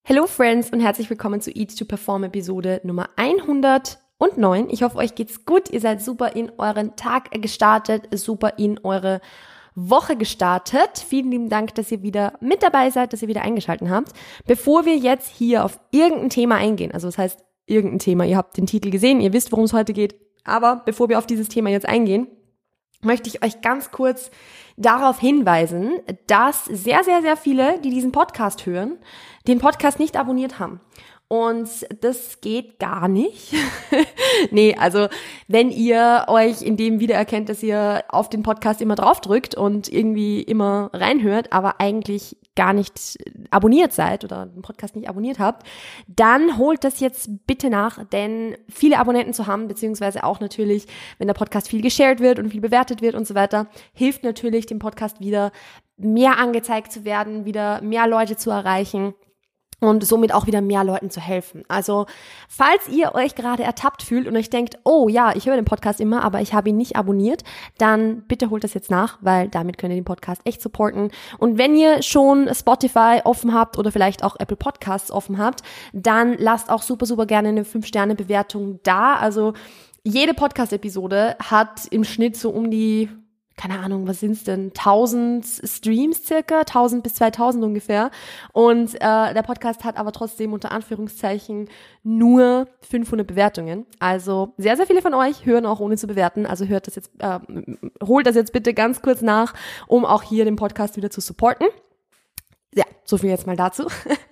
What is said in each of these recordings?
Hello Friends und herzlich willkommen zu Eat to Perform Episode Nummer 109. Ich hoffe, euch geht's gut. Ihr seid super in euren Tag gestartet, super in eure Woche gestartet. Vielen lieben Dank, dass ihr wieder mit dabei seid, dass ihr wieder eingeschaltet habt. Bevor wir jetzt hier auf irgendein Thema eingehen, also das heißt irgendein Thema, ihr habt den Titel gesehen, ihr wisst, worum es heute geht, aber bevor wir auf dieses Thema jetzt eingehen, möchte ich euch ganz kurz darauf hinweisen, dass sehr, sehr, sehr viele, die diesen Podcast hören, den Podcast nicht abonniert haben. Und das geht gar nicht. Nee, also wenn ihr euch in dem wiedererkennt, dass ihr auf den Podcast immer drauf drückt und irgendwie immer reinhört, aber eigentlich gar nicht abonniert seid oder den Podcast nicht abonniert habt, dann holt das jetzt bitte nach, denn viele Abonnenten zu haben, beziehungsweise auch natürlich, wenn der Podcast viel geshared wird und viel bewertet wird und so weiter, hilft natürlich dem Podcast wieder mehr angezeigt zu werden, wieder mehr Leute zu erreichen und somit auch wieder mehr Leuten zu helfen. Also, falls ihr euch gerade ertappt fühlt und euch denkt, oh ja, ich höre den Podcast immer, aber ich habe ihn nicht abonniert, dann bitte holt das jetzt nach, weil damit könnt ihr den Podcast echt supporten. Und wenn ihr schon Spotify offen habt oder vielleicht auch Apple Podcasts offen habt, dann lasst auch super, super gerne eine 5-Sterne-Bewertung da. Also, jede Podcast-Episode hat im Schnitt so um die, keine Ahnung, was sind's denn, 1000 Streams circa, 1000 bis 2000 ungefähr. Und der Podcast hat aber trotzdem unter Anführungszeichen nur 500 Bewertungen. Also sehr, sehr viele von euch hören auch ohne zu bewerten. Also holt das jetzt bitte ganz kurz nach, um auch hier den Podcast wieder zu supporten. Ja, so viel jetzt mal dazu.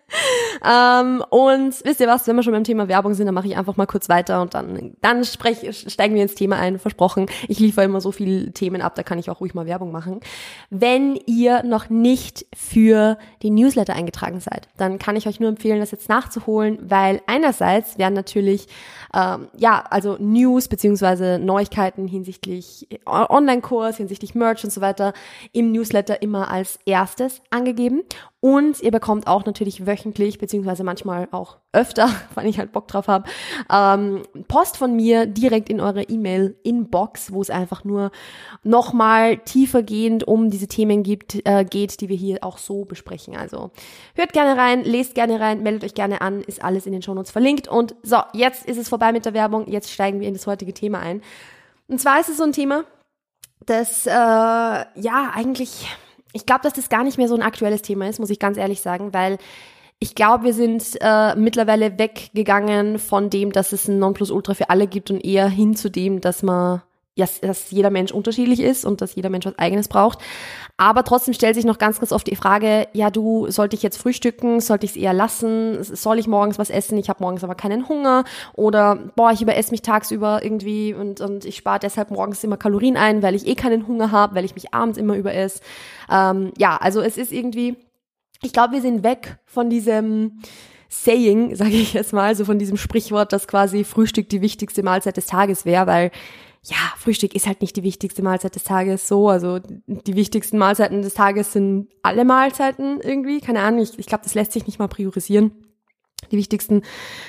Und wisst ihr was, wenn wir schon beim Thema Werbung sind, dann mache ich einfach mal kurz weiter und dann steigen wir ins Thema ein, versprochen. Ich liefere immer so viele Themen ab, da kann ich auch ruhig mal Werbung machen. Wenn ihr noch nicht für den Newsletter eingetragen seid, dann kann ich euch nur empfehlen, das jetzt nachzuholen, weil einerseits werden natürlich also News beziehungsweise Neuigkeiten hinsichtlich Online-Kurs, hinsichtlich Merch und so weiter im Newsletter immer als erstes angegeben. Und ihr bekommt auch natürlich wöchentlich, beziehungsweise manchmal auch öfter, wenn ich halt Bock drauf habe, Post von mir direkt in eure E-Mail-Inbox, wo es einfach nur nochmal tiefergehend um diese Themen geht, die wir hier auch so besprechen. Also hört gerne rein, lest gerne rein, meldet euch gerne an, ist alles in den Shownotes verlinkt. Und so, jetzt ist es vorbei mit der Werbung, jetzt steigen wir in das heutige Thema ein. Und zwar ist es so ein Thema, das eigentlich... Ich glaube, dass das gar nicht mehr so ein aktuelles Thema ist, muss ich ganz ehrlich sagen, weil ich glaube, wir sind mittlerweile weggegangen von dem, dass es ein Nonplusultra für alle gibt und eher hin zu dem, dass jeder Mensch unterschiedlich ist und dass jeder Mensch was Eigenes braucht. Aber trotzdem stellt sich noch ganz, ganz oft die Frage, ja sollte ich jetzt frühstücken, sollte ich es eher lassen, soll ich morgens was essen, ich habe morgens aber keinen Hunger oder ich überesse mich tagsüber irgendwie und ich spare deshalb morgens immer Kalorien ein, weil ich keinen Hunger habe, weil ich mich abends immer überesse. Also es ist irgendwie, ich glaube, wir sind weg von diesem Saying, sage ich jetzt mal, so von diesem Sprichwort, dass quasi Frühstück die wichtigste Mahlzeit des Tages wäre, weil Frühstück ist halt nicht die wichtigste Mahlzeit des Tages so, also die wichtigsten Mahlzeiten des Tages sind alle Mahlzeiten irgendwie, keine Ahnung, ich glaube, das lässt sich nicht mal priorisieren. Die wichtigsten,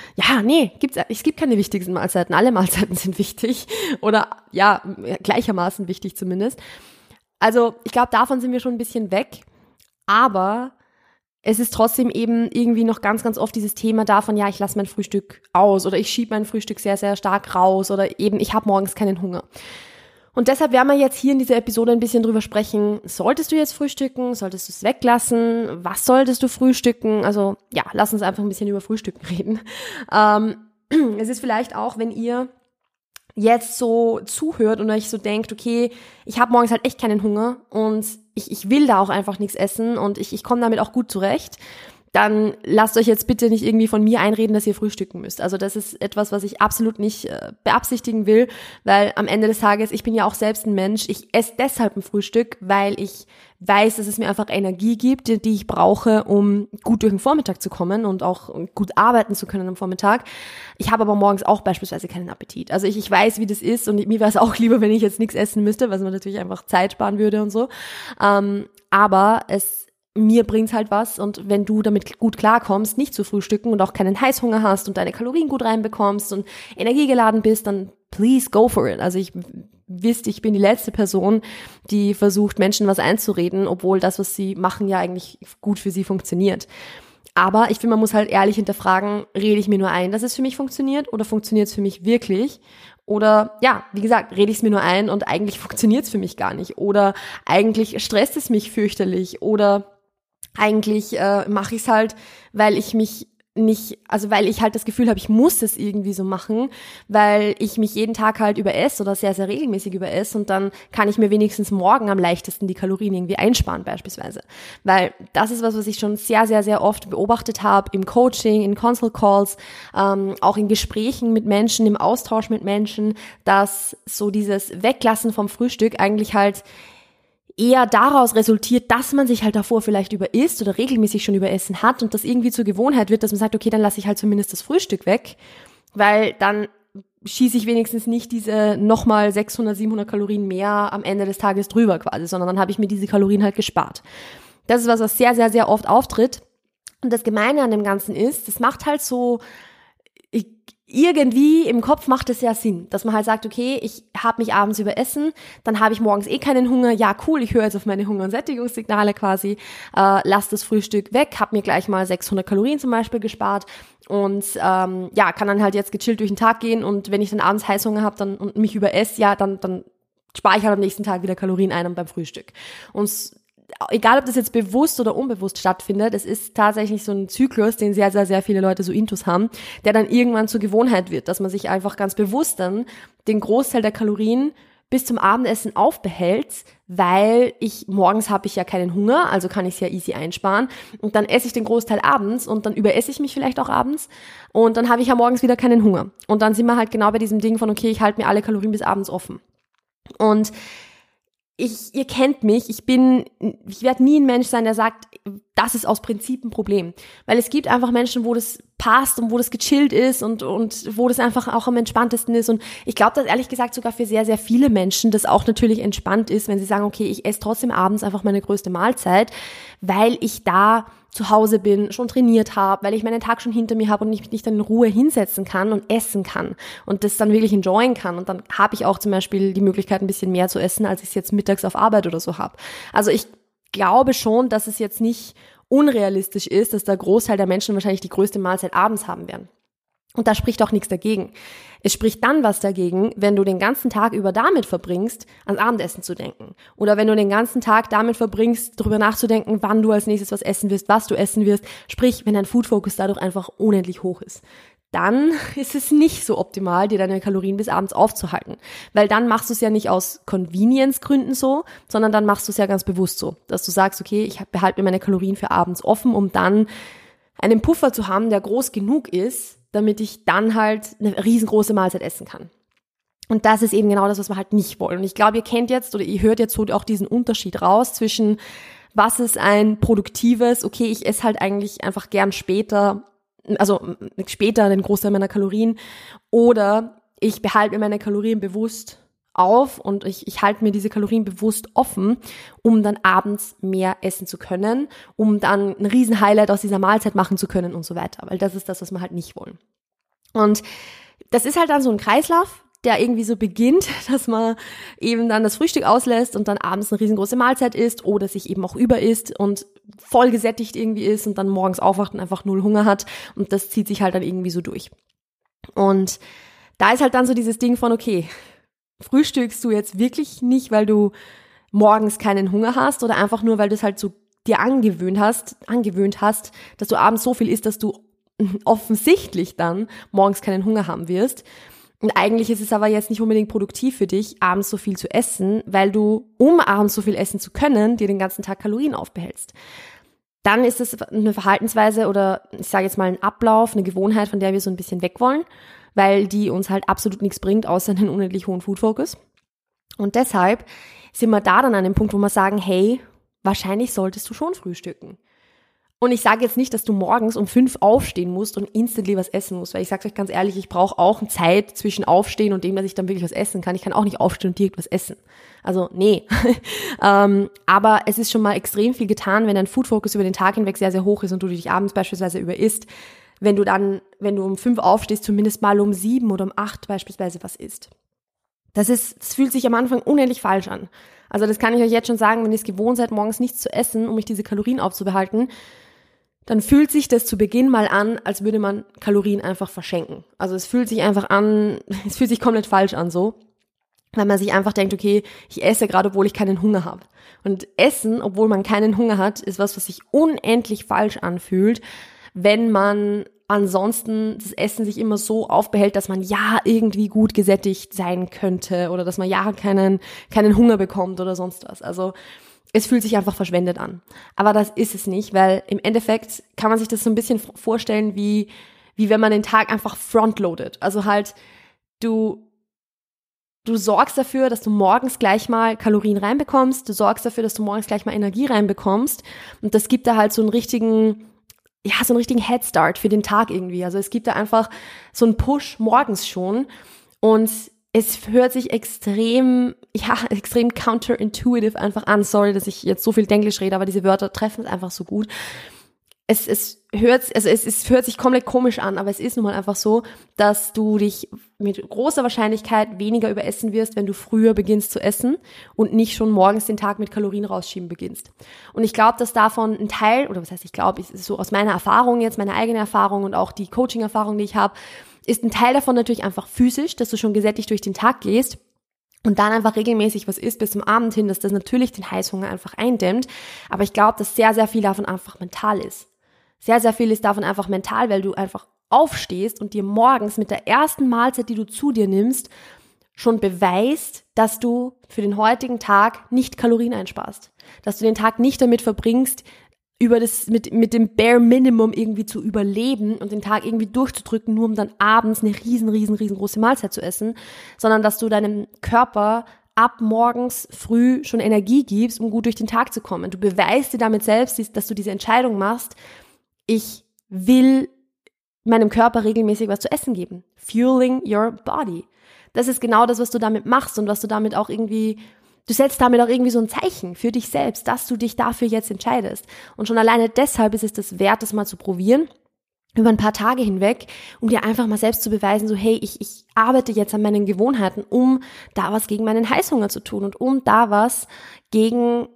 es gibt keine wichtigsten Mahlzeiten, alle Mahlzeiten sind wichtig oder gleichermaßen wichtig zumindest. Also ich glaube, davon sind wir schon ein bisschen weg, aber es ist trotzdem eben irgendwie noch ganz, ganz oft dieses Thema davon, ich lasse mein Frühstück aus oder ich schiebe mein Frühstück sehr, sehr stark raus oder eben ich habe morgens keinen Hunger. Und deshalb werden wir jetzt hier in dieser Episode ein bisschen drüber sprechen, solltest du jetzt frühstücken, solltest du es weglassen, was solltest du frühstücken? Also lass uns einfach ein bisschen über Frühstücken reden. Es ist vielleicht auch, wenn ihr jetzt so zuhört und euch so denkt, okay, ich habe morgens halt echt keinen Hunger und ich will da auch einfach nichts essen und ich komme damit auch gut zurecht, dann lasst euch jetzt bitte nicht irgendwie von mir einreden, dass ihr frühstücken müsst. Also das ist etwas, was ich absolut nicht beabsichtigen will, weil am Ende des Tages, ich bin ja auch selbst ein Mensch, ich esse deshalb ein Frühstück, weil ich weiß, dass es mir einfach Energie gibt, die ich brauche, um gut durch den Vormittag zu kommen und auch gut arbeiten zu können am Vormittag. Ich habe aber morgens auch beispielsweise keinen Appetit. Also ich weiß, wie das ist und mir wäre es auch lieber, wenn ich jetzt nichts essen müsste, weil es mir natürlich einfach Zeit sparen würde und so. Aber mir bringt's halt was und wenn du damit gut klarkommst, nicht zu frühstücken und auch keinen Heißhunger hast und deine Kalorien gut reinbekommst und energiegeladen bist, dann please go for it. Also ich bin die letzte Person, die versucht, Menschen was einzureden, obwohl das, was sie machen, ja eigentlich gut für sie funktioniert. Aber ich finde, man muss halt ehrlich hinterfragen, rede ich mir nur ein, dass es für mich funktioniert oder funktioniert es für mich wirklich? Oder ja, wie gesagt, rede ich es mir nur ein und eigentlich funktioniert es für mich gar nicht. Oder eigentlich stresst es mich fürchterlich. Oder eigentlich mache ich es halt, weil ich mich nicht, also weil ich halt das Gefühl habe, ich muss es irgendwie so machen, weil ich mich jeden Tag halt überesse oder sehr, sehr regelmäßig überesse und dann kann ich mir wenigstens morgen am leichtesten die Kalorien irgendwie einsparen beispielsweise. Weil das ist was ich schon sehr, sehr, sehr oft beobachtet habe im Coaching, in Consult Calls, auch in Gesprächen mit Menschen, im Austausch mit Menschen, dass so dieses Weglassen vom Frühstück eigentlich halt eher daraus resultiert, dass man sich halt davor vielleicht überisst oder regelmäßig schon überessen hat und das irgendwie zur Gewohnheit wird, dass man sagt, okay, dann lasse ich halt zumindest das Frühstück weg, weil dann schieße ich wenigstens nicht diese nochmal 600, 700 Kalorien mehr am Ende des Tages drüber quasi, sondern dann habe ich mir diese Kalorien halt gespart. Das ist was sehr, sehr, sehr oft auftritt. Und das Gemeine an dem Ganzen ist, das macht halt so, irgendwie im Kopf macht es ja Sinn, dass man halt sagt, okay, ich habe mich abends überessen, dann habe ich morgens eh keinen Hunger, ja cool, ich höre jetzt auf meine Hunger- und Sättigungssignale quasi, lass das Frühstück weg, habe mir gleich mal 600 Kalorien zum Beispiel gespart und kann dann halt jetzt gechillt durch den Tag gehen und wenn ich dann abends Heißhunger habe dann und mich überesse, ja, dann spare ich halt am nächsten Tag wieder Kalorien ein beim Frühstück. Und egal, ob das jetzt bewusst oder unbewusst stattfindet, es ist tatsächlich so ein Zyklus, den sehr, sehr, sehr viele Leute so intus haben, der dann irgendwann zur Gewohnheit wird, dass man sich einfach ganz bewusst dann den Großteil der Kalorien bis zum Abendessen aufbehält, weil morgens habe ich ja keinen Hunger, also kann ich es ja easy einsparen und dann esse ich den Großteil abends und dann überesse ich mich vielleicht auch abends und dann habe ich ja morgens wieder keinen Hunger. Und dann sind wir halt genau bei diesem Ding von, okay, ich halte mir alle Kalorien bis abends offen. Und ihr kennt mich, ich werde nie ein Mensch sein, der sagt, das ist aus Prinzip ein Problem. Weil es gibt einfach Menschen, wo das passt und wo das gechillt ist und wo das einfach auch am entspanntesten ist. Und ich glaube, dass ehrlich gesagt sogar für sehr, sehr viele Menschen das auch natürlich entspannt ist, wenn sie sagen, okay, ich esse trotzdem abends einfach meine größte Mahlzeit, weil ich da zu Hause bin, schon trainiert habe, weil ich meinen Tag schon hinter mir habe und ich mich nicht dann in Ruhe hinsetzen kann und essen kann und das dann wirklich enjoyen kann. Und dann habe ich auch zum Beispiel die Möglichkeit, ein bisschen mehr zu essen, als ich es jetzt mittags auf Arbeit oder so habe. Also ich glaube schon, dass es jetzt nicht unrealistisch ist, dass der Großteil der Menschen wahrscheinlich die größte Mahlzeit abends haben werden. Und da spricht auch nichts dagegen. Es spricht dann was dagegen, wenn du den ganzen Tag über damit verbringst, ans Abendessen zu denken. Oder wenn du den ganzen Tag damit verbringst, darüber nachzudenken, wann du als nächstes was essen wirst, was du essen wirst. Sprich, wenn dein Food-Focus dadurch einfach unendlich hoch ist. Dann ist es nicht so optimal, dir deine Kalorien bis abends aufzuhalten. Weil dann machst du es ja nicht aus Convenience-Gründen so, sondern dann machst du es ja ganz bewusst so, dass du sagst, okay, ich behalte mir meine Kalorien für abends offen, um dann einen Puffer zu haben, der groß genug ist, damit ich dann halt eine riesengroße Mahlzeit essen kann. Und das ist eben genau das, was wir halt nicht wollen. Und ich glaube, ihr kennt jetzt oder ihr hört jetzt so auch diesen Unterschied raus zwischen, was ist ein produktives, okay, ich esse halt eigentlich einfach gern später den Großteil meiner Kalorien, oder ich behalte mir meine Kalorien bewusst auf und ich halte mir diese Kalorien bewusst offen, um dann abends mehr essen zu können, um dann ein riesen Highlight aus dieser Mahlzeit machen zu können und so weiter, weil das ist das, was wir halt nicht wollen. Und das ist halt dann so ein Kreislauf, der irgendwie so beginnt, dass man eben dann das Frühstück auslässt und dann abends eine riesengroße Mahlzeit isst oder sich eben auch überisst und voll gesättigt irgendwie ist und dann morgens aufwacht und einfach null Hunger hat und das zieht sich halt dann irgendwie so durch. Und da ist halt dann so dieses Ding von, okay, frühstückst du jetzt wirklich nicht, weil du morgens keinen Hunger hast oder einfach nur, weil du es halt so dir angewöhnt hast, dass du abends so viel isst, dass du offensichtlich dann morgens keinen Hunger haben wirst. Und eigentlich ist es aber jetzt nicht unbedingt produktiv für dich, abends so viel zu essen, weil du, um abends so viel essen zu können, dir den ganzen Tag Kalorien aufbehältst. Dann ist es eine Verhaltensweise oder ich sage jetzt mal ein Ablauf, eine Gewohnheit, von der wir so ein bisschen weg wollen, weil die uns halt absolut nichts bringt, außer einen unendlich hohen Food-Focus. Und deshalb sind wir da dann an dem Punkt, wo wir sagen, hey, wahrscheinlich solltest du schon frühstücken. Und ich sage jetzt nicht, dass du morgens um 5 aufstehen musst und instantly was essen musst, weil ich sage euch ganz ehrlich, ich brauche auch eine Zeit zwischen Aufstehen und dem, dass ich dann wirklich was essen kann. Ich kann auch nicht aufstehen und direkt was essen. Also nee. Aber es ist schon mal extrem viel getan, wenn dein Food-Focus über den Tag hinweg sehr, sehr hoch ist und du dich abends beispielsweise überisst, wenn du um 5 aufstehst, zumindest mal um 7 oder um 8 beispielsweise was isst. Das fühlt sich am Anfang unendlich falsch an. Also das kann ich euch jetzt schon sagen, wenn ihr es gewohnt seid, morgens nichts zu essen, um euch diese Kalorien aufzubehalten, dann fühlt sich das zu Beginn mal an, als würde man Kalorien einfach verschenken. Also es fühlt sich einfach an, es fühlt sich komplett falsch an so, weil man sich einfach denkt, okay, ich esse gerade, obwohl ich keinen Hunger habe. Und Essen, obwohl man keinen Hunger hat, ist was sich unendlich falsch anfühlt, wenn man ansonsten das Essen sich immer so aufbehält, dass man ja irgendwie gut gesättigt sein könnte oder dass man ja keinen Hunger bekommt oder sonst was. Also es fühlt sich einfach verschwendet an. Aber das ist es nicht, weil im Endeffekt kann man sich das so ein bisschen vorstellen, wie wenn man den Tag einfach frontloadet. Also halt, du sorgst dafür, dass du morgens gleich mal Kalorien reinbekommst, du sorgst dafür, dass du morgens gleich mal Energie reinbekommst und das gibt da halt so einen richtigen Headstart für den Tag irgendwie. Also es gibt da einfach so einen Push morgens schon und es hört sich extrem counterintuitive einfach an. Sorry, dass ich jetzt so viel Denglisch rede, aber diese Wörter treffen es einfach so gut. Es hört sich komplett komisch an, aber es ist nun mal einfach so, dass du dich mit großer Wahrscheinlichkeit weniger überessen wirst, wenn du früher beginnst zu essen und nicht schon morgens den Tag mit Kalorien rausschieben beginnst. Und ich glaube, dass davon ein Teil, oder was heißt ich glaube, ist so aus meiner Erfahrung jetzt, meine eigene Erfahrung und auch die Coaching-Erfahrung, die ich habe, ist ein Teil davon natürlich einfach physisch, dass du schon gesättigt durch den Tag gehst und dann einfach regelmäßig was isst bis zum Abend hin, dass das natürlich den Heißhunger einfach eindämmt. Aber ich glaube, dass sehr, sehr viel davon einfach mental ist. Sehr, sehr viel ist davon einfach mental, weil du einfach aufstehst und dir morgens mit der ersten Mahlzeit, die du zu dir nimmst, schon beweist, dass du für den heutigen Tag nicht Kalorien einsparst. Dass du den Tag nicht damit verbringst, mit dem Bare Minimum irgendwie zu überleben und den Tag irgendwie durchzudrücken, nur um dann abends eine riesengroße Mahlzeit zu essen, sondern dass du deinem Körper ab morgens früh schon Energie gibst, um gut durch den Tag zu kommen. Du beweist dir damit selbst, dass du diese Entscheidung machst, ich will meinem Körper regelmäßig was zu essen geben. Fueling your body. Das ist genau das, was du damit machst und was du damit auch irgendwie, du setzt damit auch irgendwie so ein Zeichen für dich selbst, dass du dich dafür jetzt entscheidest. Und schon alleine deshalb ist es das wert, das mal zu probieren, über ein paar Tage hinweg, um dir einfach mal selbst zu beweisen, so hey, ich arbeite jetzt an meinen Gewohnheiten, um da was gegen meinen Heißhunger zu tun und um da was gegen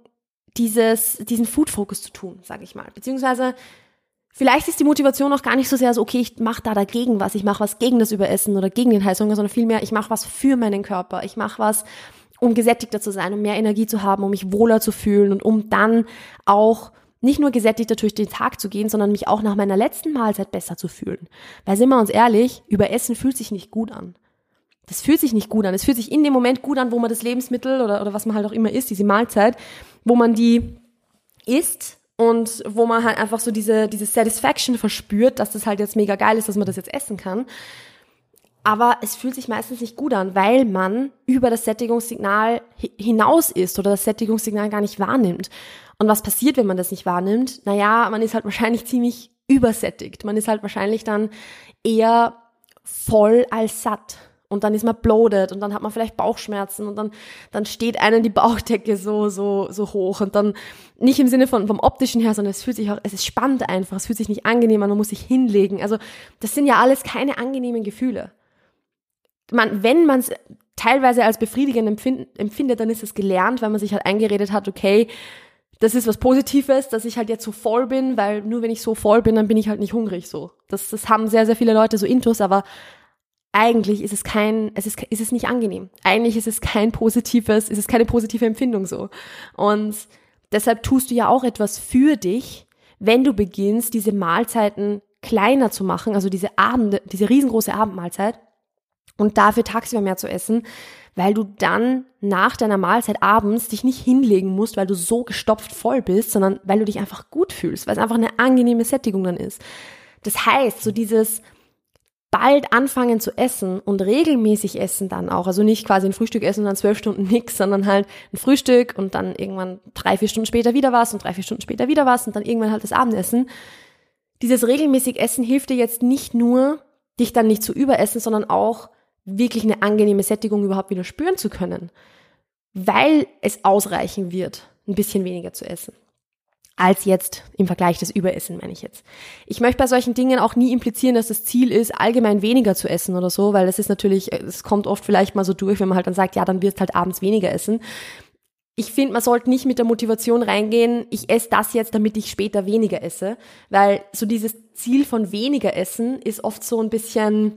diesen Food-Focus zu tun, sage ich mal. Beziehungsweise vielleicht ist die Motivation auch gar nicht so sehr so, okay, ich mache da dagegen was, ich mache was gegen das Überessen oder gegen den Heißhunger, sondern vielmehr, ich mache was für meinen Körper, ich mache was, um gesättigter zu sein, um mehr Energie zu haben, um mich wohler zu fühlen und um dann auch nicht nur gesättigter durch den Tag zu gehen, sondern mich auch nach meiner letzten Mahlzeit besser zu fühlen. Weil sind wir uns ehrlich, Überessen fühlt sich nicht gut an. Das fühlt sich nicht gut an. Es fühlt sich in dem Moment gut an, wo man das Lebensmittel oder was man halt auch immer isst, diese Mahlzeit, wo man die isst, und wo man halt einfach so diese Satisfaction verspürt, dass das halt jetzt mega geil ist, dass man das jetzt essen kann. Aber es fühlt sich meistens nicht gut an, weil man über das Sättigungssignal hinaus ist oder das Sättigungssignal gar nicht wahrnimmt. Und was passiert, wenn man das nicht wahrnimmt? Naja, man ist halt wahrscheinlich ziemlich übersättigt. Man ist halt wahrscheinlich dann eher voll als satt. Und dann ist man bloated und dann hat man vielleicht Bauchschmerzen und dann steht einem die Bauchdecke so hoch und dann nicht im Sinne vom optischen her, sondern es ist spannend einfach, es fühlt sich nicht angenehm an, man muss sich hinlegen. Also das sind ja alles keine angenehmen Gefühle. Wenn man es teilweise als befriedigend empfindet, dann ist es gelernt, weil man sich halt eingeredet hat, okay, das ist was Positives, dass ich halt jetzt so voll bin, weil nur wenn ich so voll bin, dann bin ich halt nicht hungrig so. Das haben sehr, sehr viele Leute so intus, aber eigentlich ist es nicht angenehm. Eigentlich ist es keine positive Empfindung so. Und deshalb tust du ja auch etwas für dich, wenn du beginnst, diese Mahlzeiten kleiner zu machen, also diese riesengroße Abendmahlzeit und dafür tagsüber mehr zu essen, weil du dann nach deiner Mahlzeit abends dich nicht hinlegen musst, weil du so gestopft voll bist, sondern weil du dich einfach gut fühlst, weil es einfach eine angenehme Sättigung dann ist. Das heißt, so dieses bald anfangen zu essen und regelmäßig essen dann auch, also nicht quasi ein Frühstück essen und dann 12 Stunden nix, sondern halt ein Frühstück und dann irgendwann 3-4 Stunden später wieder was und 3-4 Stunden später wieder was und dann irgendwann halt das Abendessen. Dieses regelmäßig Essen hilft dir jetzt nicht nur, dich dann nicht zu überessen, sondern auch wirklich eine angenehme Sättigung überhaupt wieder spüren zu können, weil es ausreichen wird, ein bisschen weniger zu essen. Als jetzt im Vergleich das Überessen, meine ich jetzt. Ich möchte bei solchen Dingen auch nie implizieren, dass das Ziel ist, allgemein weniger zu essen oder so, weil es kommt oft vielleicht mal so durch, wenn man halt dann sagt, ja, dann wirst halt abends weniger essen. ich finde, man sollte nicht mit der Motivation reingehen, ich esse das jetzt, damit ich später weniger esse, weil so dieses Ziel von weniger essen ist oft so ein bisschen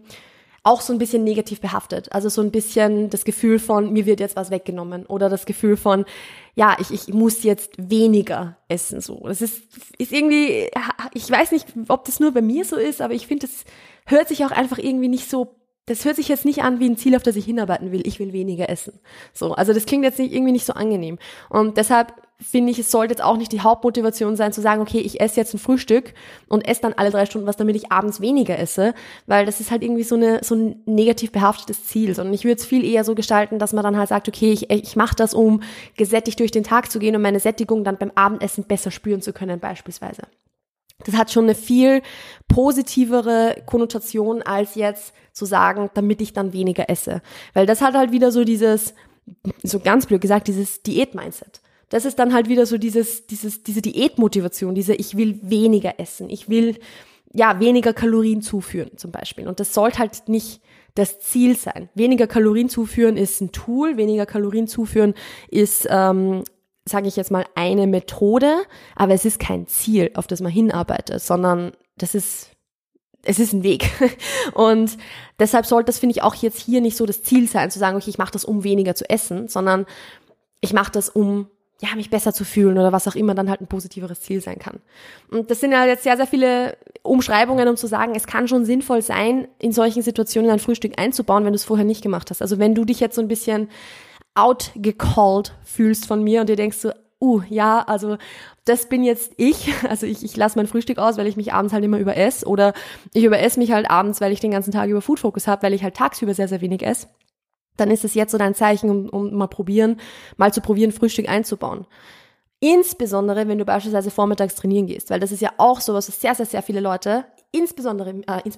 negativ behaftet. Also so ein bisschen das Gefühl von, mir wird jetzt was weggenommen oder das Gefühl von, ja, ich muss jetzt weniger essen. So, das ist irgendwie, ich weiß nicht, ob das nur bei mir so ist, aber ich finde, das hört sich auch einfach irgendwie nicht so, das hört sich jetzt nicht an wie ein Ziel, auf das ich hinarbeiten will. Ich will weniger essen. So, also das klingt jetzt irgendwie nicht so angenehm. Und deshalb finde ich, es sollte jetzt auch nicht die Hauptmotivation sein, zu sagen, okay, ich esse jetzt ein Frühstück und esse dann alle 3 Stunden was, damit ich abends weniger esse, weil das ist halt irgendwie so ein negativ behaftetes Ziel. Sondern ich würde es viel eher so gestalten, dass man dann halt sagt, okay, ich mache das, um gesättigt durch den Tag zu gehen und meine Sättigung dann beim Abendessen besser spüren zu können beispielsweise. Das hat schon eine viel positivere Konnotation, als jetzt zu sagen, damit ich dann weniger esse. Weil das hat halt wieder so dieses, so ganz blöd gesagt, dieses Diät-Mindset. Das ist dann halt wieder so diese Diätmotivation, ich will weniger essen, ich will ja weniger Kalorien zuführen zum Beispiel. Und das sollte halt nicht das Ziel sein. Weniger Kalorien zuführen ist ein Tool, weniger Kalorien zuführen ist, sage ich jetzt mal, eine Methode, aber es ist kein Ziel, auf das man hinarbeitet, sondern es ist ein Weg. Und deshalb sollte das, finde ich, auch jetzt hier nicht so das Ziel sein, zu sagen, okay, ich mache das, um weniger zu essen, sondern ich mache das, um mich besser zu fühlen oder was auch immer dann halt ein positiveres Ziel sein kann. Und das sind ja jetzt sehr, sehr viele Umschreibungen, um zu sagen, es kann schon sinnvoll sein, in solchen Situationen ein Frühstück einzubauen, wenn du es vorher nicht gemacht hast. Also wenn du dich jetzt so ein bisschen outgecalled fühlst von mir und dir denkst so, ja, also das bin jetzt ich. Also ich lasse mein Frühstück aus, weil ich mich abends halt immer überesse, oder ich überesse mich halt abends, weil ich den ganzen Tag über Food Focus habe, weil ich halt tagsüber sehr, sehr wenig esse. Dann ist es jetzt so dein Zeichen, um mal zu probieren, Frühstück einzubauen. Insbesondere, wenn du beispielsweise vormittags trainieren gehst, weil das ist ja auch sowas, was sehr, sehr, sehr viele Leute, insbesondere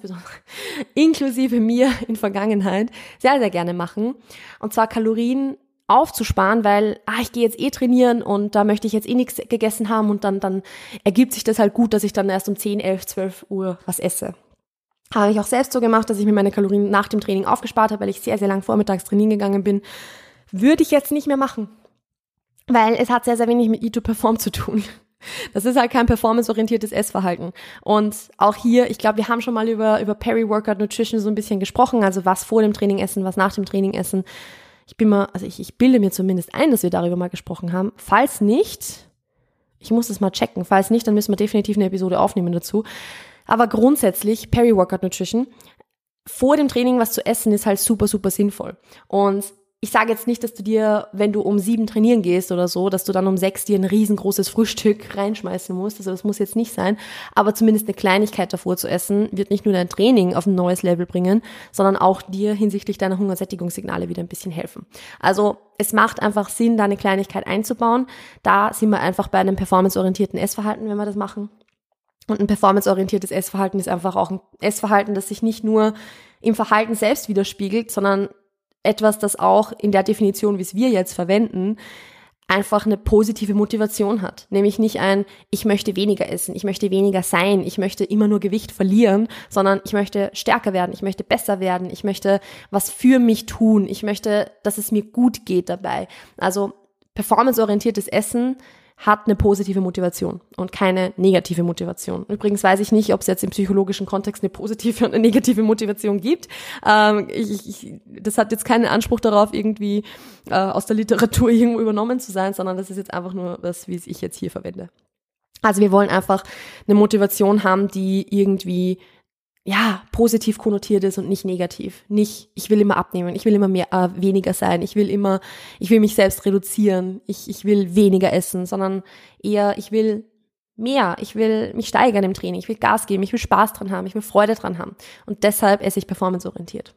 inklusive mir in Vergangenheit, sehr, sehr gerne machen. Und zwar Kalorien aufzusparen, weil, ich gehe jetzt trainieren und da möchte ich jetzt nichts gegessen haben und dann ergibt sich das halt gut, dass ich dann erst um 10, 11, 12 Uhr was esse. Habe ich auch selbst so gemacht, dass ich mir meine Kalorien nach dem Training aufgespart habe, weil ich sehr, sehr lang vormittags trainieren gegangen bin. Würde ich jetzt nicht mehr machen, weil es hat sehr, sehr wenig mit Eat to Perform zu tun. Das ist halt kein performanceorientiertes Essverhalten. Und auch hier, ich glaube, wir haben schon mal über Peri-Workout Nutrition so ein bisschen gesprochen, also was vor dem Training essen, was nach dem Training essen. Ich bilde mir zumindest ein, dass wir darüber mal gesprochen haben. Falls nicht, ich muss das mal checken, falls nicht, dann müssen wir definitiv eine Episode aufnehmen dazu. Aber grundsätzlich, Peri-Workout Nutrition, vor dem Training was zu essen, ist halt super, super sinnvoll. Und ich sage jetzt nicht, dass du dir, wenn du um 7 trainieren gehst oder so, dass du dann um 6 dir ein riesengroßes Frühstück reinschmeißen musst. Also das muss jetzt nicht sein. Aber zumindest eine Kleinigkeit davor zu essen, wird nicht nur dein Training auf ein neues Level bringen, sondern auch dir hinsichtlich deiner Hungersättigungssignale wieder ein bisschen helfen. Also es macht einfach Sinn, da eine Kleinigkeit einzubauen. Da sind wir einfach bei einem performanceorientierten Essverhalten, wenn wir das machen. Und ein performanceorientiertes Essverhalten ist einfach auch ein Essverhalten, das sich nicht nur im Verhalten selbst widerspiegelt, sondern etwas, das auch in der Definition, wie es wir jetzt verwenden, einfach eine positive Motivation hat. Nämlich nicht ich möchte weniger essen, ich möchte weniger sein, ich möchte immer nur Gewicht verlieren, sondern ich möchte stärker werden, ich möchte besser werden, ich möchte was für mich tun, ich möchte, dass es mir gut geht dabei. Also performanceorientiertes Essen hat eine positive Motivation und keine negative Motivation. Übrigens weiß ich nicht, ob es jetzt im psychologischen Kontext eine positive und eine negative Motivation gibt. Das hat jetzt keinen Anspruch darauf, irgendwie aus der Literatur irgendwo übernommen zu sein, sondern das ist jetzt einfach nur das, wie ich jetzt hier verwende. Also wir wollen einfach eine Motivation haben, die irgendwie positiv konnotiert ist und nicht negativ. Nicht, ich will immer abnehmen, ich will immer weniger sein, ich will mich selbst reduzieren, ich will weniger essen, sondern eher, ich will mehr, ich will mich steigern im Training, ich will Gas geben, ich will Spaß dran haben, ich will Freude dran haben. Und deshalb esse ich performanceorientiert.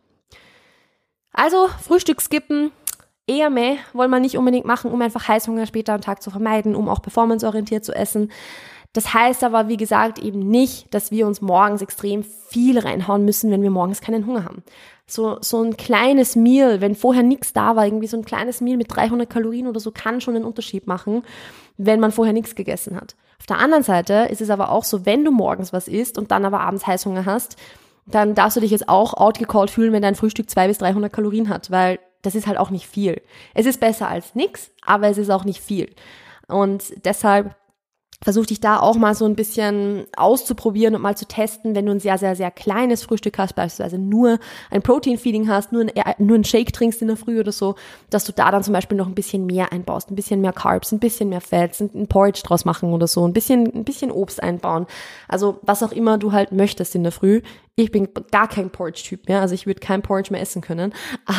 Also, Frühstück skippen, eher mehr wollen wir nicht unbedingt machen, um einfach Heißhunger später am Tag zu vermeiden, um auch performanceorientiert zu essen. Das heißt aber, wie gesagt, eben nicht, dass wir uns morgens extrem viel reinhauen müssen, wenn wir morgens keinen Hunger haben. So ein kleines Meal, wenn vorher nichts da war, irgendwie so ein kleines Meal mit 300 Kalorien oder so, kann schon einen Unterschied machen, wenn man vorher nichts gegessen hat. Auf der anderen Seite ist es aber auch so, wenn du morgens was isst und dann aber abends Heißhunger hast, dann darfst du dich jetzt auch outgecallt fühlen, wenn dein Frühstück 200 bis 300 Kalorien hat, weil das ist halt auch nicht viel. Es ist besser als nix, aber es ist auch nicht viel. Und deshalb versuch dich da auch mal so ein bisschen auszuprobieren und mal zu testen, wenn du ein sehr, sehr, sehr kleines Frühstück hast, beispielsweise nur ein Protein-Feeding hast, nur ein Shake trinkst in der Früh oder so, dass du da dann zum Beispiel noch ein bisschen mehr einbaust, ein bisschen mehr Carbs, ein bisschen mehr Fats, ein Porridge draus machen oder so, ein bisschen Obst einbauen. Also was auch immer du halt möchtest in der Früh. Ich bin gar kein Porridge-Typ mehr, also ich würde kein Porridge mehr essen können.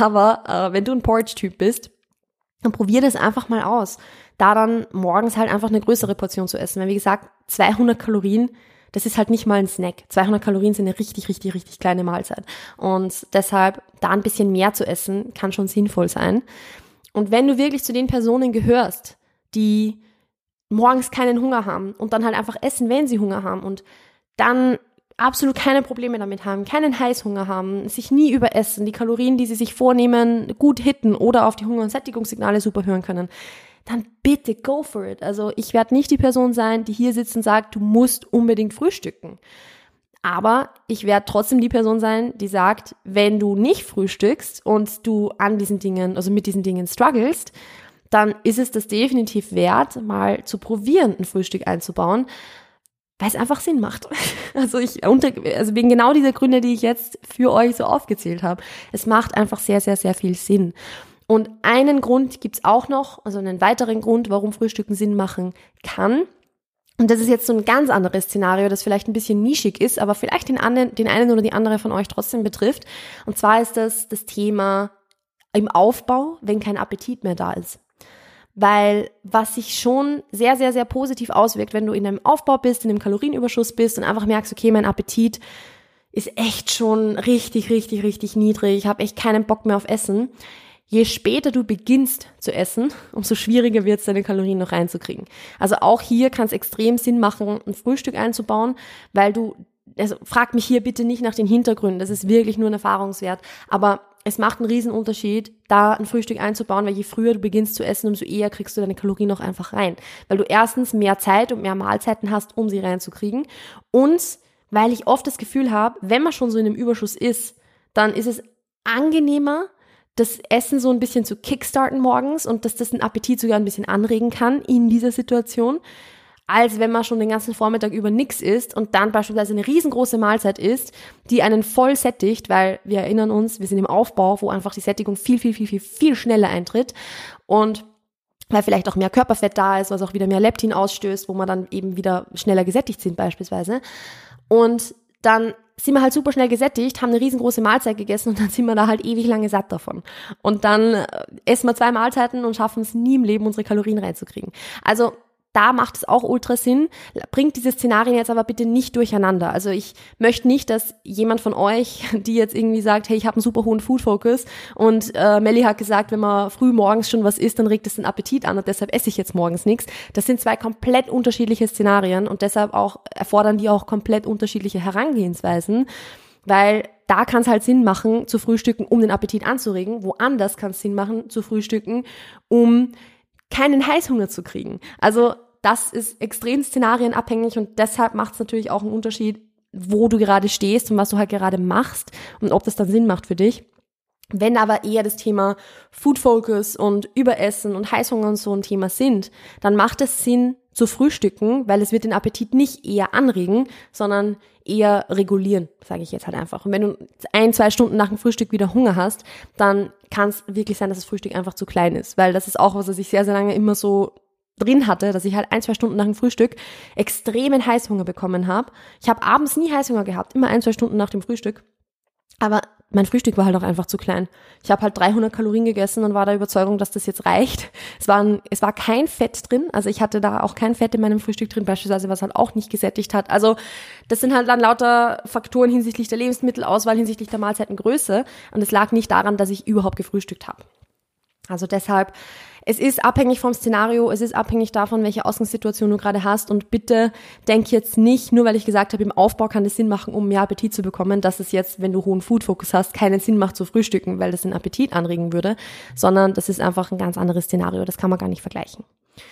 Aber wenn du ein Porridge-Typ bist, dann probier das einfach mal aus. Da dann morgens halt einfach eine größere Portion zu essen. Weil wie gesagt, 200 Kalorien, das ist halt nicht mal ein Snack. 200 Kalorien sind eine richtig, richtig, richtig kleine Mahlzeit. Und deshalb da ein bisschen mehr zu essen, kann schon sinnvoll sein. Und wenn du wirklich zu den Personen gehörst, die morgens keinen Hunger haben und dann halt einfach essen, wenn sie Hunger haben und dann absolut keine Probleme damit haben, keinen Heißhunger haben, sich nie überessen, die Kalorien, die sie sich vornehmen, gut hitten oder auf die Hunger- und Sättigungssignale super hören können, dann bitte go for it. Also ich werde nicht die Person sein, die hier sitzt und sagt, du musst unbedingt frühstücken. Aber ich werde trotzdem die Person sein, die sagt, wenn du nicht frühstückst und du an diesen Dingen, also mit diesen Dingen strugglest, dann ist es das definitiv wert, mal zu probieren, ein Frühstück einzubauen, weil es einfach Sinn macht. Also wegen genau dieser Gründe, die ich jetzt für euch so aufgezählt habe. Es macht einfach sehr, sehr, sehr viel Sinn. Und einen Grund gibt's auch noch, also einen weiteren Grund, warum Frühstücken Sinn machen kann. Und das ist jetzt so ein ganz anderes Szenario, das vielleicht ein bisschen nischig ist, aber vielleicht den einen oder die andere von euch trotzdem betrifft. Und zwar ist das Thema im Aufbau, wenn kein Appetit mehr da ist. Weil was sich schon sehr, sehr, sehr positiv auswirkt, wenn du in einem Aufbau bist, in einem Kalorienüberschuss bist und einfach merkst, okay, mein Appetit ist echt schon richtig, richtig, richtig niedrig, ich habe echt keinen Bock mehr auf Essen. Je später du beginnst zu essen, umso schwieriger wird es, deine Kalorien noch reinzukriegen. Also auch hier kann es extrem Sinn machen, ein Frühstück einzubauen, weil also frag mich hier bitte nicht nach den Hintergründen, das ist wirklich nur ein Erfahrungswert, aber es macht einen riesen Unterschied, da ein Frühstück einzubauen, weil je früher du beginnst zu essen, umso eher kriegst du deine Kalorien noch einfach rein. Weil du erstens mehr Zeit und mehr Mahlzeiten hast, um sie reinzukriegen, und weil ich oft das Gefühl habe, wenn man schon so in einem Überschuss ist, dann ist es angenehmer, das Essen so ein bisschen zu kickstarten morgens und dass das den Appetit sogar ein bisschen anregen kann in dieser Situation, als wenn man schon den ganzen Vormittag über nichts isst und dann beispielsweise eine riesengroße Mahlzeit isst, die einen voll sättigt, weil wir erinnern uns, wir sind im Aufbau, wo einfach die Sättigung viel, viel, viel, viel, viel schneller eintritt und weil vielleicht auch mehr Körperfett da ist, was auch wieder mehr Leptin ausstößt, wo man dann eben wieder schneller gesättigt sind beispielsweise. Und dann sind wir halt super schnell gesättigt, haben eine riesengroße Mahlzeit gegessen und dann sind wir da halt ewig lange satt davon. Und dann essen wir 2 Mahlzeiten und schaffen es nie im Leben, unsere Kalorien reinzukriegen. Also da macht es auch ultra Sinn. Bringt diese Szenarien jetzt aber bitte nicht durcheinander. Also ich möchte nicht, dass jemand von euch, die jetzt irgendwie sagt, hey, ich habe einen super hohen Food-Focus und Melli hat gesagt, wenn man früh morgens schon was isst, dann regt es den Appetit an und deshalb esse ich jetzt morgens nichts. Das sind 2 komplett unterschiedliche Szenarien und deshalb erfordern die auch komplett unterschiedliche Herangehensweisen, weil da kann es halt Sinn machen, zu frühstücken, um den Appetit anzuregen. Woanders kann es Sinn machen, zu frühstücken, um keinen Heißhunger zu kriegen. Also das ist extrem szenarienabhängig und deshalb macht es natürlich auch einen Unterschied, wo du gerade stehst und was du halt gerade machst und ob das dann Sinn macht für dich. Wenn aber eher das Thema Food Focus und Überessen und Heißhunger und so ein Thema sind, dann macht es Sinn zu frühstücken, weil es wird den Appetit nicht eher anregen, sondern eher regulieren, sage ich jetzt halt einfach. Und wenn du 1-2 Stunden nach dem Frühstück wieder Hunger hast, dann kann es wirklich sein, dass das Frühstück einfach zu klein ist, weil das ist auch was ich sehr, sehr lange immer so drin hatte, dass ich halt 1-2 Stunden nach dem Frühstück extremen Heißhunger bekommen habe. Ich habe abends nie Heißhunger gehabt, immer 1-2 Stunden nach dem Frühstück. Aber mein Frühstück war halt auch einfach zu klein. Ich habe halt 300 Kalorien gegessen und war der Überzeugung, dass das jetzt reicht. Es war kein Fett drin, also ich hatte da auch kein Fett in meinem Frühstück drin, beispielsweise, was halt auch nicht gesättigt hat. Also das sind halt dann lauter Faktoren hinsichtlich der Lebensmittelauswahl, hinsichtlich der Mahlzeitengröße und es lag nicht daran, dass ich überhaupt gefrühstückt habe. Also deshalb, es ist abhängig vom Szenario, es ist abhängig davon, welche Ausgangssituation du gerade hast und bitte denk jetzt nicht, nur weil ich gesagt habe, im Aufbau kann es Sinn machen, um mehr Appetit zu bekommen, dass es jetzt, wenn du hohen Food-Fokus hast, keinen Sinn macht zu frühstücken, weil das den Appetit anregen würde, sondern das ist einfach ein ganz anderes Szenario, das kann man gar nicht vergleichen.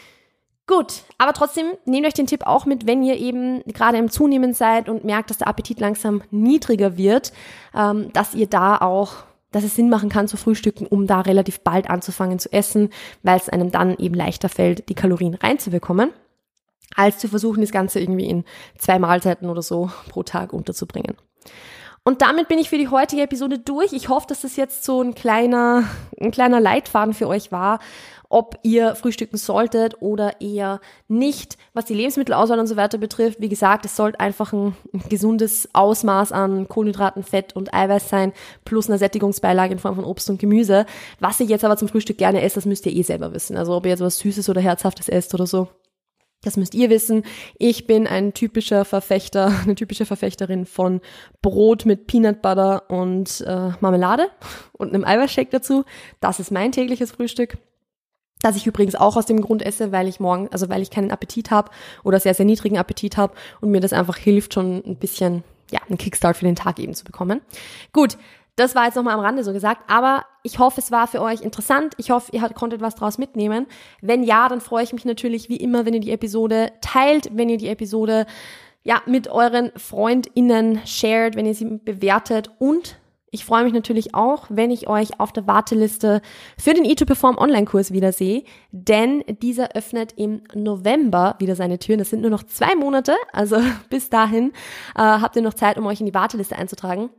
Gut, aber trotzdem nehmt euch den Tipp auch mit, wenn ihr eben gerade im Zunehmen seid und merkt, dass der Appetit langsam niedriger wird, dass ihr da auch dass es Sinn machen kann zu frühstücken, um da relativ bald anzufangen zu essen, weil es einem dann eben leichter fällt, die Kalorien reinzubekommen, als zu versuchen, das Ganze irgendwie in 2 Mahlzeiten oder so pro Tag unterzubringen. Und damit bin ich für die heutige Episode durch. Ich hoffe, dass das jetzt so ein kleiner Leitfaden für euch war, ob ihr frühstücken solltet oder eher nicht, was die Lebensmittelauswahl und so weiter betrifft. Wie gesagt, es sollte einfach ein gesundes Ausmaß an Kohlenhydraten, Fett und Eiweiß sein, plus eine Sättigungsbeilage in Form von Obst und Gemüse. Was ihr jetzt aber zum Frühstück gerne esst, das müsst ihr selber wissen. Also ob ihr jetzt was Süßes oder Herzhaftes esst oder so. Das müsst ihr wissen. Ich bin eine typische Verfechterin von Brot mit Peanut Butter und Marmelade und einem Eiweißshake dazu. Das ist mein tägliches Frühstück. Das ich übrigens auch aus dem Grund esse, weil ich keinen Appetit habe oder sehr, sehr niedrigen Appetit habe und mir das einfach hilft, schon ein bisschen, einen Kickstart für den Tag eben zu bekommen. Gut. Das war jetzt nochmal am Rande so gesagt, aber ich hoffe, es war für euch interessant. Ich hoffe, ihr konntet was draus mitnehmen. Wenn ja, dann freue ich mich natürlich wie immer, wenn ihr die Episode teilt, wenn ihr die Episode mit euren FreundInnen shared, wenn ihr sie bewertet, und ich freue mich natürlich auch, wenn ich euch auf der Warteliste für den Eat-to-Perform Online-Kurs wiedersehe, denn dieser öffnet im November wieder seine Türen. Das sind nur noch 2 Monate, also bis dahin habt ihr noch Zeit, um euch in die Warteliste einzutragen.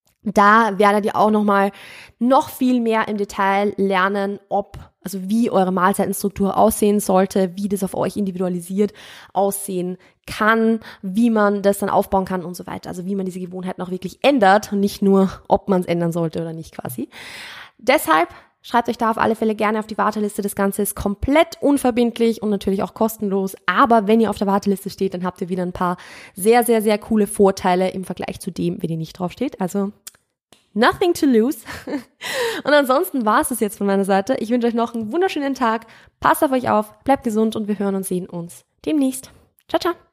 Da werdet ihr auch noch viel mehr im Detail lernen, wie eure Mahlzeitenstruktur aussehen sollte, wie das auf euch individualisiert aussehen kann, wie man das dann aufbauen kann und so weiter. Also wie man diese Gewohnheiten auch wirklich ändert und nicht nur, ob man es ändern sollte oder nicht quasi. Deshalb schreibt euch da auf alle Fälle gerne auf die Warteliste. Das Ganze ist komplett unverbindlich und natürlich auch kostenlos. Aber wenn ihr auf der Warteliste steht, dann habt ihr wieder ein paar sehr, sehr, sehr coole Vorteile im Vergleich zu dem, wenn ihr nicht drauf steht. Also nothing to lose. Und ansonsten war es jetzt von meiner Seite. Ich wünsche euch noch einen wunderschönen Tag. Passt auf euch auf, bleibt gesund und wir hören und sehen uns demnächst. Ciao, ciao.